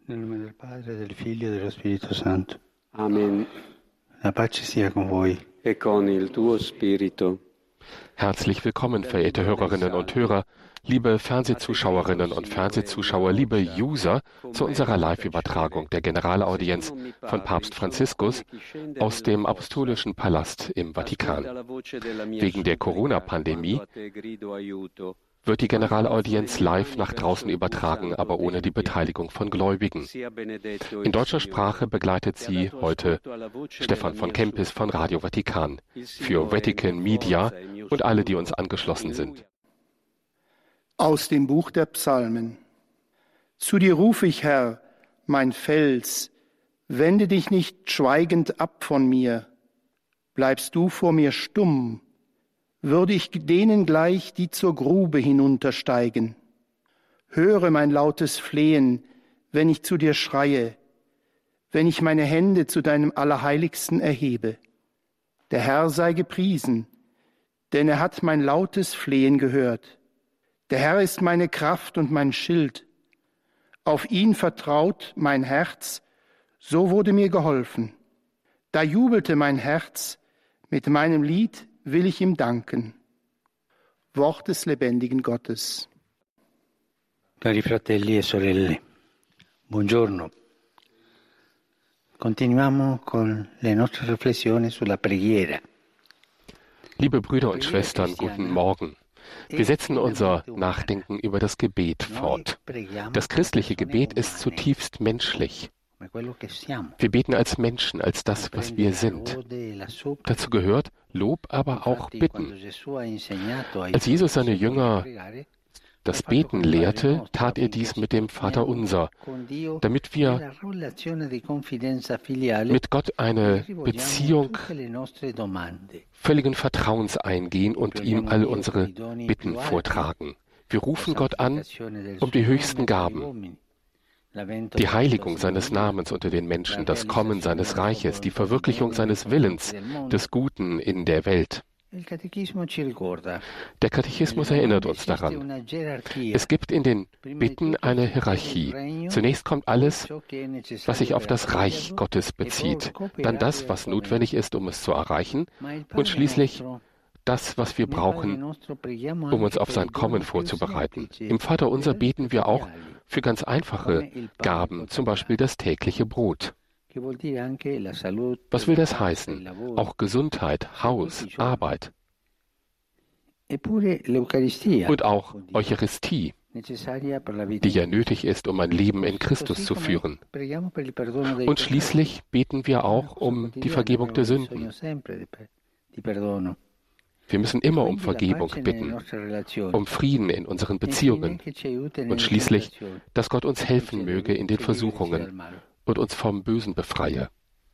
Nel nome del Padre, del Figlio e dello Spirito Santo. Amen. La pace sia con voi. E con il tuo spirito. Herzlich willkommen, verehrte Hörerinnen und Hörer, liebe Fernsehzuschauerinnen und Fernsehzuschauer, liebe User, zu unserer Live-Übertragung der Generalaudienz von Papst Franziskus aus dem Apostolischen Palast im Vatikan. Wegen der Corona-Pandemie wird die Generalaudienz live nach draußen übertragen, aber ohne die Beteiligung von Gläubigen. In deutscher Sprache begleitet sie heute Stefan von Kempis von Radio Vatikan für Vatican Media und alle, die uns angeschlossen sind. Aus dem Buch der Psalmen. Zu dir rufe ich, Herr, mein Fels, wende dich nicht schweigend ab von mir. Bleibst du vor mir stumm, würde ich denen gleich, die zur Grube hinuntersteigen. Höre mein lautes Flehen, wenn ich zu dir schreie, wenn ich meine Hände zu deinem Allerheiligsten erhebe. Der Herr sei gepriesen, denn er hat mein lautes Flehen gehört. Der Herr ist meine Kraft und mein Schild. Auf ihn vertraut mein Herz, so wurde mir geholfen. Da jubelte mein Herz, mit meinem Lied will ich ihm danken. Wort des lebendigen Gottes. Cari fratelli e sorelle, buongiorno. Continuiamo con le nostre riflessioni sulla preghiera. Liebe Brüder und Schwestern, guten Morgen. Wir setzen unser Nachdenken über das Gebet fort. Das christliche Gebet ist zutiefst menschlich. Wir beten als Menschen, als das, was wir sind. Dazu gehört Lob, aber auch Bitten. Als Jesus seine Jünger das Beten lehrte, tat er dies mit dem Vaterunser, damit wir mit Gott eine Beziehung völligen Vertrauens eingehen und ihm all unsere Bitten vortragen. Wir rufen Gott an um die höchsten Gaben. Die Heiligung seines Namens unter den Menschen, das Kommen seines Reiches, die Verwirklichung seines Willens, des Guten in der Welt. Der Katechismus erinnert uns daran. Es gibt in den Bitten eine Hierarchie. Zunächst kommt alles, was sich auf das Reich Gottes bezieht, dann das, was notwendig ist, um es zu erreichen, und schließlich das, was wir brauchen, um uns auf sein Kommen vorzubereiten. Im Vaterunser beten wir auch für ganz einfache Gaben, zum Beispiel das tägliche Brot. Was will das heißen? Auch Gesundheit, Haus, Arbeit. Und auch Eucharistie, die ja nötig ist, um ein Leben in Christus zu führen. Und schließlich beten wir auch um die Vergebung der Sünden. Wir müssen immer um Vergebung bitten, um Frieden in unseren Beziehungen und schließlich, dass Gott uns helfen möge in den Versuchungen und uns vom Bösen befreie.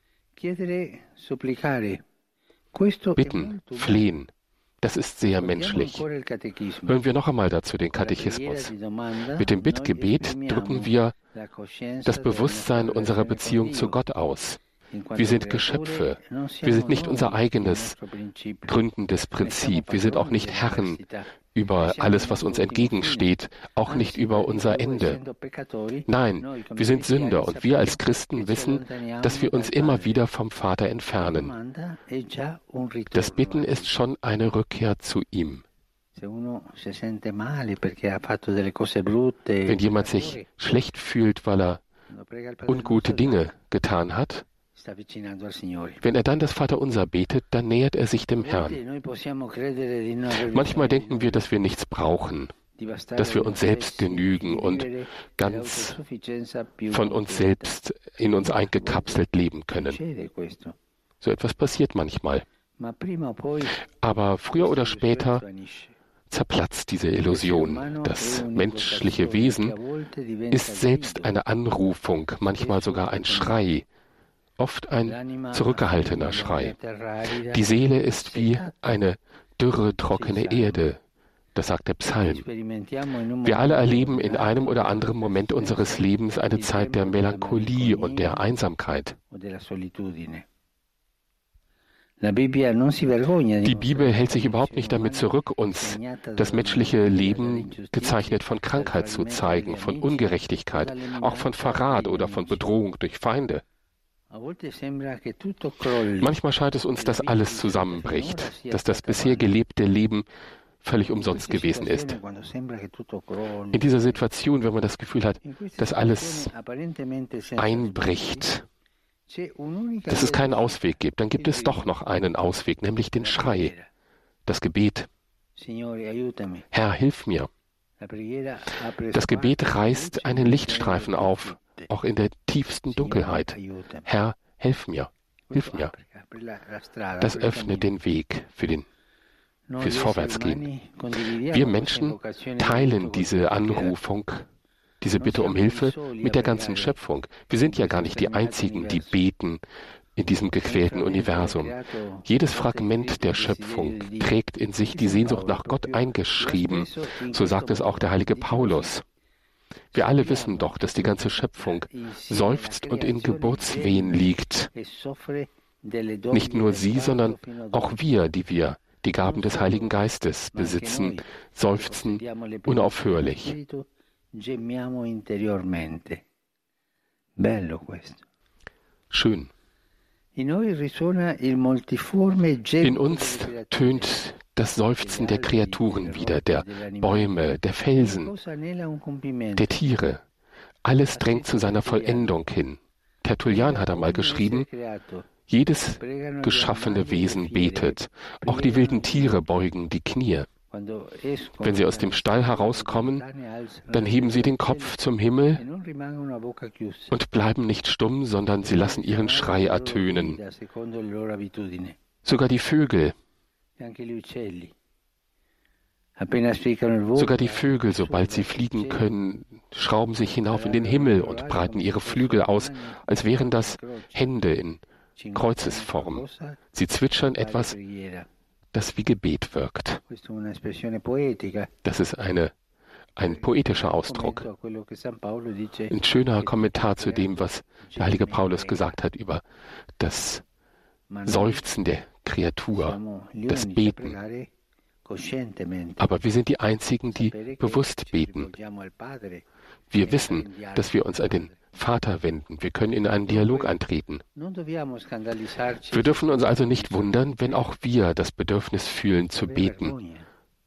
Bitten, flehen, das ist sehr menschlich. Hören wir noch einmal dazu den Katechismus. Mit dem Bittgebet drücken wir das Bewusstsein unserer Beziehung zu Gott aus. Wir sind Geschöpfe. Wir sind nicht unser eigenes gründendes Prinzip. Wir sind auch nicht Herren über alles, was uns entgegensteht, auch nicht über unser Ende. Nein, wir sind Sünder und wir als Christen wissen, dass wir uns immer wieder vom Vater entfernen. Das Bitten ist schon eine Rückkehr zu ihm. Wenn jemand sich schlecht fühlt, weil er ungute Dinge getan hat, wenn er dann das Vaterunser betet, dann nähert er sich dem Herrn. Manchmal denken wir, dass wir nichts brauchen, dass wir uns selbst genügen und ganz von uns selbst in uns eingekapselt leben können. So etwas passiert manchmal. Aber früher oder später zerplatzt diese Illusion. Das menschliche Wesen ist selbst eine Anrufung, manchmal sogar ein Schrei. Oft ein zurückgehaltener Schrei. Die Seele ist wie eine dürre, trockene Erde. Das sagt der Psalm. Wir alle erleben in einem oder anderen Moment unseres Lebens eine Zeit der Melancholie und der Einsamkeit. Die Bibel hält sich überhaupt nicht damit zurück, uns das menschliche Leben gezeichnet von Krankheit zu zeigen, von Ungerechtigkeit, auch von Verrat oder von Bedrohung durch Feinde. Manchmal scheint es uns, dass alles zusammenbricht, dass das bisher gelebte Leben völlig umsonst gewesen ist. In dieser Situation, wenn man das Gefühl hat, dass alles einbricht, dass es keinen Ausweg gibt, dann gibt es doch noch einen Ausweg, nämlich den Schrei, das Gebet. Herr, hilf mir. Das Gebet reißt einen Lichtstreifen auf, auch in der tiefsten Dunkelheit. Herr, hilf mir, hilf mir. Das öffnet den Weg fürs Vorwärtsgehen. Wir Menschen teilen diese Anrufung, diese Bitte um Hilfe mit der ganzen Schöpfung. Wir sind ja gar nicht die Einzigen, die beten in diesem gequälten Universum. Jedes Fragment der Schöpfung trägt in sich die Sehnsucht nach Gott eingeschrieben. So sagt es auch der heilige Paulus. Wir alle wissen doch, dass die ganze Schöpfung seufzt und in Geburtswehen liegt. Nicht nur sie, sondern auch wir, die Gaben des Heiligen Geistes besitzen, seufzen unaufhörlich. Schön. In uns tönt das Seufzen der Kreaturen wieder, der Bäume, der Felsen, der Tiere. Alles drängt zu seiner Vollendung hin. Tertullian hat einmal geschrieben, jedes geschaffene Wesen betet, auch die wilden Tiere beugen die Knie. Wenn sie aus dem Stall herauskommen, dann heben sie den Kopf zum Himmel und bleiben nicht stumm, sondern sie lassen ihren Schrei ertönen. Sogar die Vögel, sobald sie fliegen können, schrauben sich hinauf in den Himmel und breiten ihre Flügel aus, als wären das Hände in Kreuzesform. Sie zwitschern etwas, das wie Gebet wirkt. Das ist ein poetischer Ausdruck. Ein schöner Kommentar zu dem, was der heilige Paulus gesagt hat über das Seufzen der Kreatur, das Beten. Aber wir sind die Einzigen, die bewusst beten. Wir wissen, dass wir uns an den Vater wenden. Wir können in einen Dialog eintreten. Wir dürfen uns also nicht wundern, wenn auch wir das Bedürfnis fühlen, zu beten.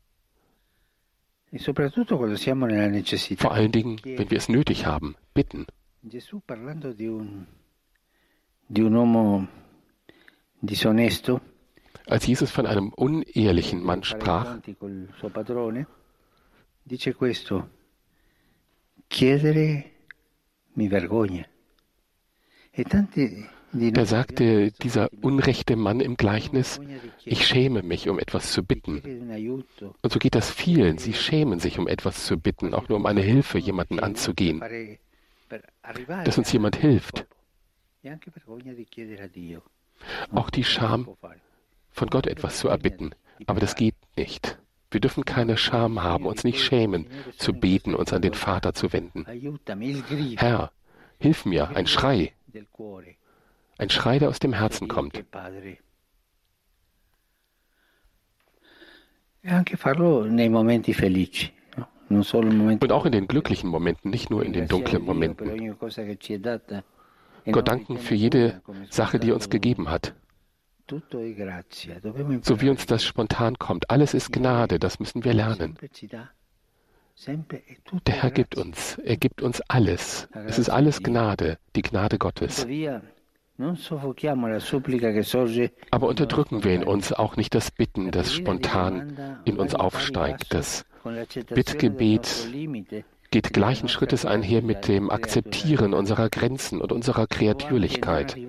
Vor allen Dingen, wenn wir es nötig haben, bitten. Als Jesus von einem unehrlichen Mann sprach, da sagte dieser unrechte Mann im Gleichnis, ich schäme mich, um etwas zu bitten. Und so geht das vielen. Sie schämen sich, um etwas zu bitten, auch nur um eine Hilfe, jemanden anzugehen. Dass uns jemand hilft. Auch die Scham, von Gott etwas zu erbitten. Aber das geht nicht. Wir dürfen keine Scham haben, uns nicht schämen, zu beten, uns an den Vater zu wenden. Herr, hilf mir, ein Schrei, der aus dem Herzen kommt. Und auch in den glücklichen Momenten, nicht nur in den dunklen Momenten. Gott danken für jede Sache, die er uns gegeben hat. So wie uns das spontan kommt. Alles ist Gnade, das müssen wir lernen. Der Herr gibt uns, er gibt uns alles. Es ist alles Gnade, die Gnade Gottes. Aber unterdrücken wir in uns auch nicht das Bitten, das spontan in uns aufsteigt. Das Bittgebet geht gleichen Schrittes einher mit dem Akzeptieren unserer Grenzen und unserer Kreatürlichkeit.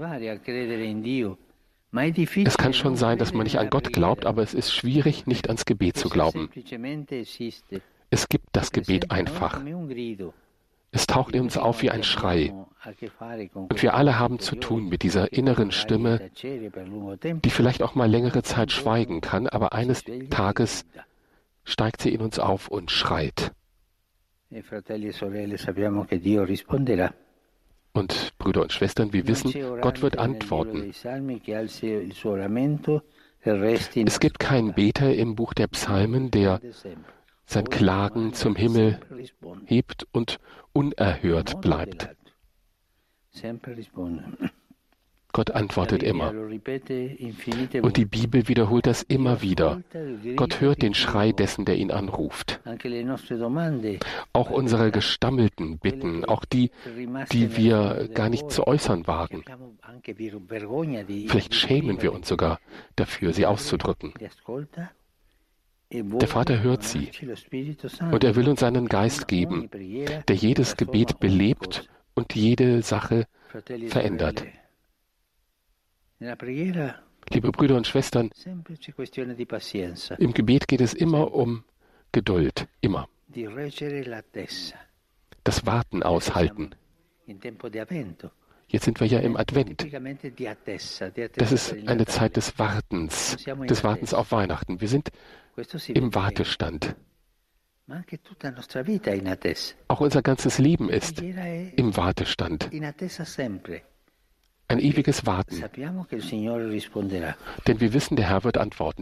Es kann schon sein, dass man nicht an Gott glaubt, aber es ist schwierig, nicht ans Gebet zu glauben. Es gibt das Gebet einfach. Es taucht in uns auf wie ein Schrei. Und wir alle haben zu tun mit dieser inneren Stimme, die vielleicht auch mal längere Zeit schweigen kann, aber eines Tages steigt sie in uns auf und schreit. Und Und Brüder und Schwestern, wir wissen, Gott wird antworten. Es gibt keinen Beter im Buch der Psalmen, der sein Klagen zum Himmel hebt und unerhört bleibt. Gott antwortet immer. Und die Bibel wiederholt das immer wieder. Gott hört den Schrei dessen, der ihn anruft. Auch unsere gestammelten Bitten, auch die wir gar nicht zu äußern wagen. Vielleicht schämen wir uns sogar dafür, sie auszudrücken. Der Vater hört sie und er will uns seinen Geist geben, der jedes Gebet belebt und jede Sache verändert. Liebe Brüder und Schwestern, im Gebet geht es immer um Geduld, immer. Das Warten aushalten. Jetzt sind wir ja im Advent. Das ist eine Zeit des Wartens auf Weihnachten. Wir sind im Wartestand. Auch unser ganzes Leben ist im Wartestand. Ein ewiges Warten. Denn wir wissen, der Herr wird antworten.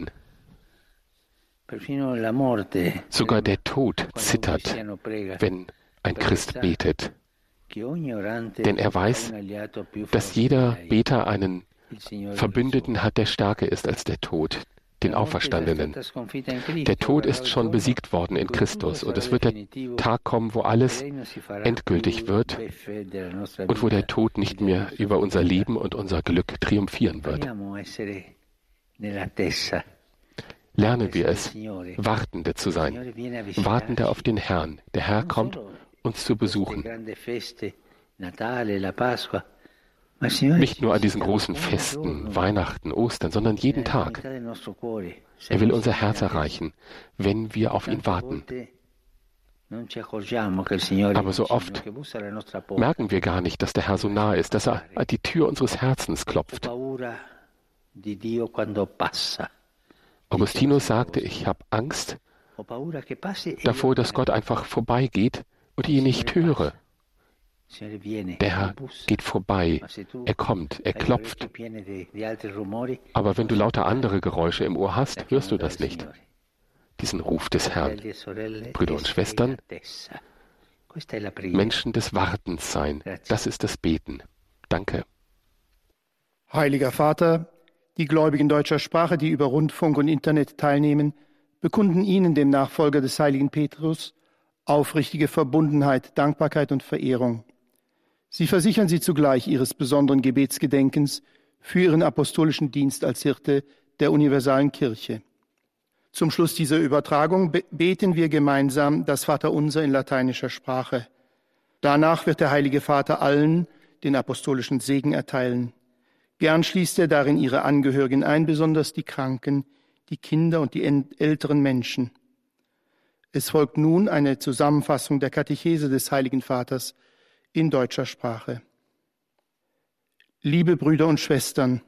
Sogar der Tod zittert, wenn ein Christ betet. Denn er weiß, dass jeder Beter einen Verbündeten hat, der stärker ist als der Tod, den Auferstandenen. Der Tod ist schon besiegt worden in Christus und es wird der Tag kommen, wo alles endgültig wird und wo der Tod nicht mehr über unser Leben und unser Glück triumphieren wird. Lernen wir es, Wartende zu sein, Wartende auf den Herrn. Der Herr kommt, uns zu besuchen. Nicht nur an diesen großen Festen, Weihnachten, Ostern, sondern jeden Tag. Er will unser Herz erreichen, wenn wir auf ihn warten. Aber so oft merken wir gar nicht, dass der Herr so nahe ist, dass er an die Tür unseres Herzens klopft. Augustinus sagte, ich habe Angst davor, dass Gott einfach vorbeigeht und ich ihn nicht höre. Der Herr geht vorbei, er kommt, er klopft. Aber wenn du lauter andere Geräusche im Ohr hast, hörst du das nicht. Diesen Ruf des Herrn. Brüder und Schwestern, Menschen des Wartens sein, das ist das Beten. Danke. Heiliger Vater, die Gläubigen deutscher Sprache, die über Rundfunk und Internet teilnehmen, bekunden Ihnen, dem Nachfolger des heiligen Petrus, aufrichtige Verbundenheit, Dankbarkeit und Verehrung. Sie versichern Sie zugleich Ihres besonderen Gebetsgedenkens für Ihren apostolischen Dienst als Hirte der universalen Kirche. Zum Schluss dieser Übertragung beten wir gemeinsam das Vaterunser in lateinischer Sprache. Danach wird der Heilige Vater allen den apostolischen Segen erteilen. Gern schließt er darin ihre Angehörigen ein, besonders die Kranken, die Kinder und die älteren Menschen. Es folgt nun eine Zusammenfassung der Katechese des Heiligen Vaters in deutscher Sprache. Liebe Brüder und Schwestern,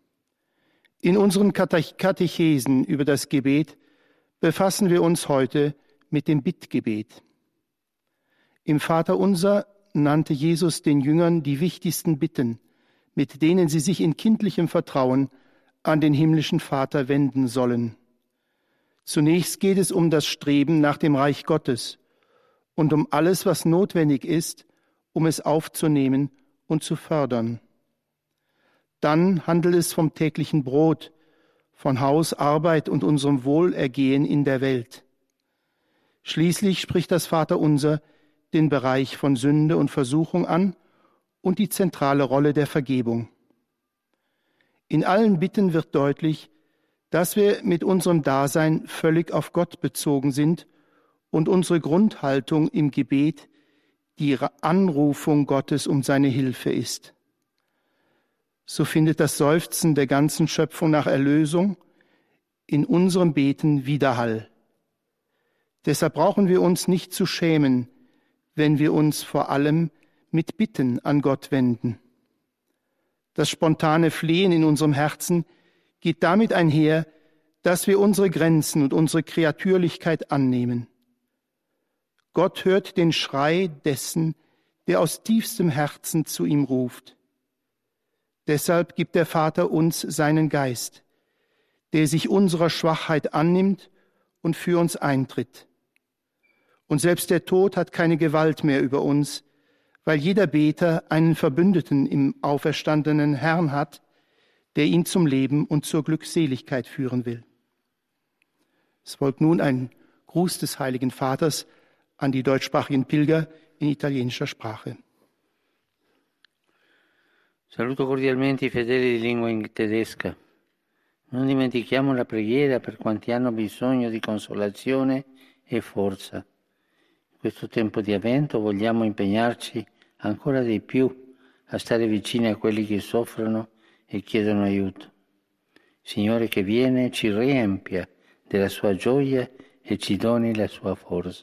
in unseren Katechesen über das Gebet befassen wir uns heute mit dem Bittgebet. Im Vaterunser nannte Jesus den Jüngern die wichtigsten Bitten, mit denen sie sich in kindlichem Vertrauen an den himmlischen Vater wenden sollen. Zunächst geht es um das Streben nach dem Reich Gottes und um alles, was notwendig ist, um es aufzunehmen und zu fördern. Dann handelt es vom täglichen Brot, von Haus, Arbeit und unserem Wohlergehen in der Welt. Schließlich spricht das Vaterunser den Bereich von Sünde und Versuchung an und die zentrale Rolle der Vergebung. In allen Bitten wird deutlich, dass wir mit unserem Dasein völlig auf Gott bezogen sind und unsere Grundhaltung im Gebet die Anrufung Gottes um seine Hilfe ist. So findet das Seufzen der ganzen Schöpfung nach Erlösung in unserem Beten Widerhall. Deshalb brauchen wir uns nicht zu schämen, wenn wir uns vor allem mit Bitten an Gott wenden. Das spontane Flehen in unserem Herzen geht damit einher, dass wir unsere Grenzen und unsere Kreatürlichkeit annehmen. Gott hört den Schrei dessen, der aus tiefstem Herzen zu ihm ruft. Deshalb gibt der Vater uns seinen Geist, der sich unserer Schwachheit annimmt und für uns eintritt. Und selbst der Tod hat keine Gewalt mehr über uns, weil jeder Beter einen Verbündeten im auferstandenen Herrn hat, der ihn zum Leben und zur Glückseligkeit führen will. Es folgt nun ein Gruß des Heiligen Vaters an die deutschsprachigen Pilger in italienischer Sprache. Saluto cordialmente i fedeli di lingua tedesca. Non dimentichiamo la preghiera per quanti hanno bisogno di consolazione e forza. In questo tempo di avvento vogliamo impegnarci ancora di più a stare vicini a quelli che soffrono e chiedono aiuto. Signore che viene ci riempia della sua gioia e ci doni la sua forza.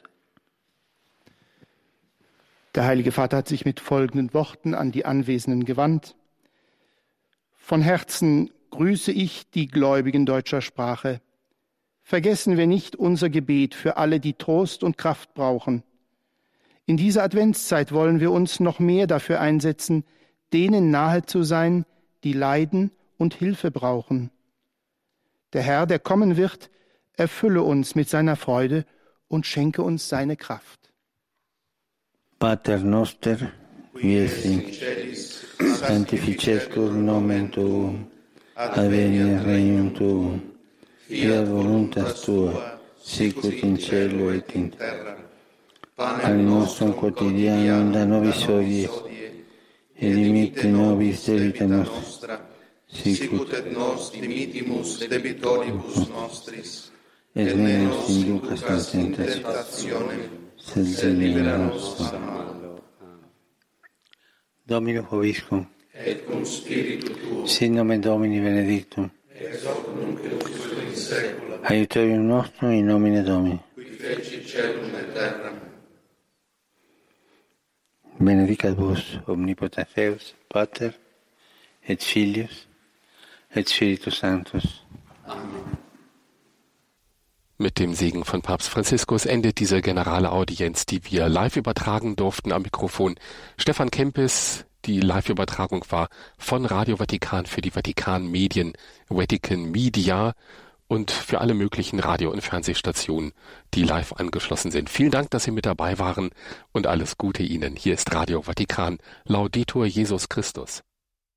Der Heilige Vater hat sich mit folgenden Worten an die Anwesenden gewandt. Von Herzen grüße ich die Gläubigen deutscher Sprache. Vergessen wir nicht unser Gebet für alle, die Trost und Kraft brauchen. In dieser Adventszeit wollen wir uns noch mehr dafür einsetzen, denen nahe zu sein, die leiden und Hilfe brauchen. Der Herr, der kommen wird, erfülle uns mit seiner Freude und schenke uns seine Kraft. Pater noster, qui es in celis, sanctificetur nomen tuum, adveniat regnum tuum, fiat voluntas tua, sicut in cielo et in terra. Panem nostrum quotidianum da nobis hodie, et dimitte nobis debita nostra, sicut et nos dimittimus debitoribus nostris, et ne nos inducas in tentationem, sed libera nos a malo. Domino vobiscum, et cum spiritu tuo, sit nomen Domini benedictum, ex hoc nunc et usque in saecula, aiutorium nostrum in nomine Domini, qui feci caelum et terram. Benedicat vos omnipotens Deus, Pater, et Filius, et Spiritus Sanctus. Amen. Mit dem Segen von Papst Franziskus endet diese Generalaudienz, die wir live übertragen durften. Am Mikrofon Stefan Kempis. Die Live-Übertragung war von Radio Vatikan für die Vatikan-Medien, Vatican Media und für alle möglichen Radio- und Fernsehstationen, die live angeschlossen sind. Vielen Dank, dass Sie mit dabei waren und alles Gute Ihnen. Hier ist Radio Vatikan. Laudetur Jesus Christus.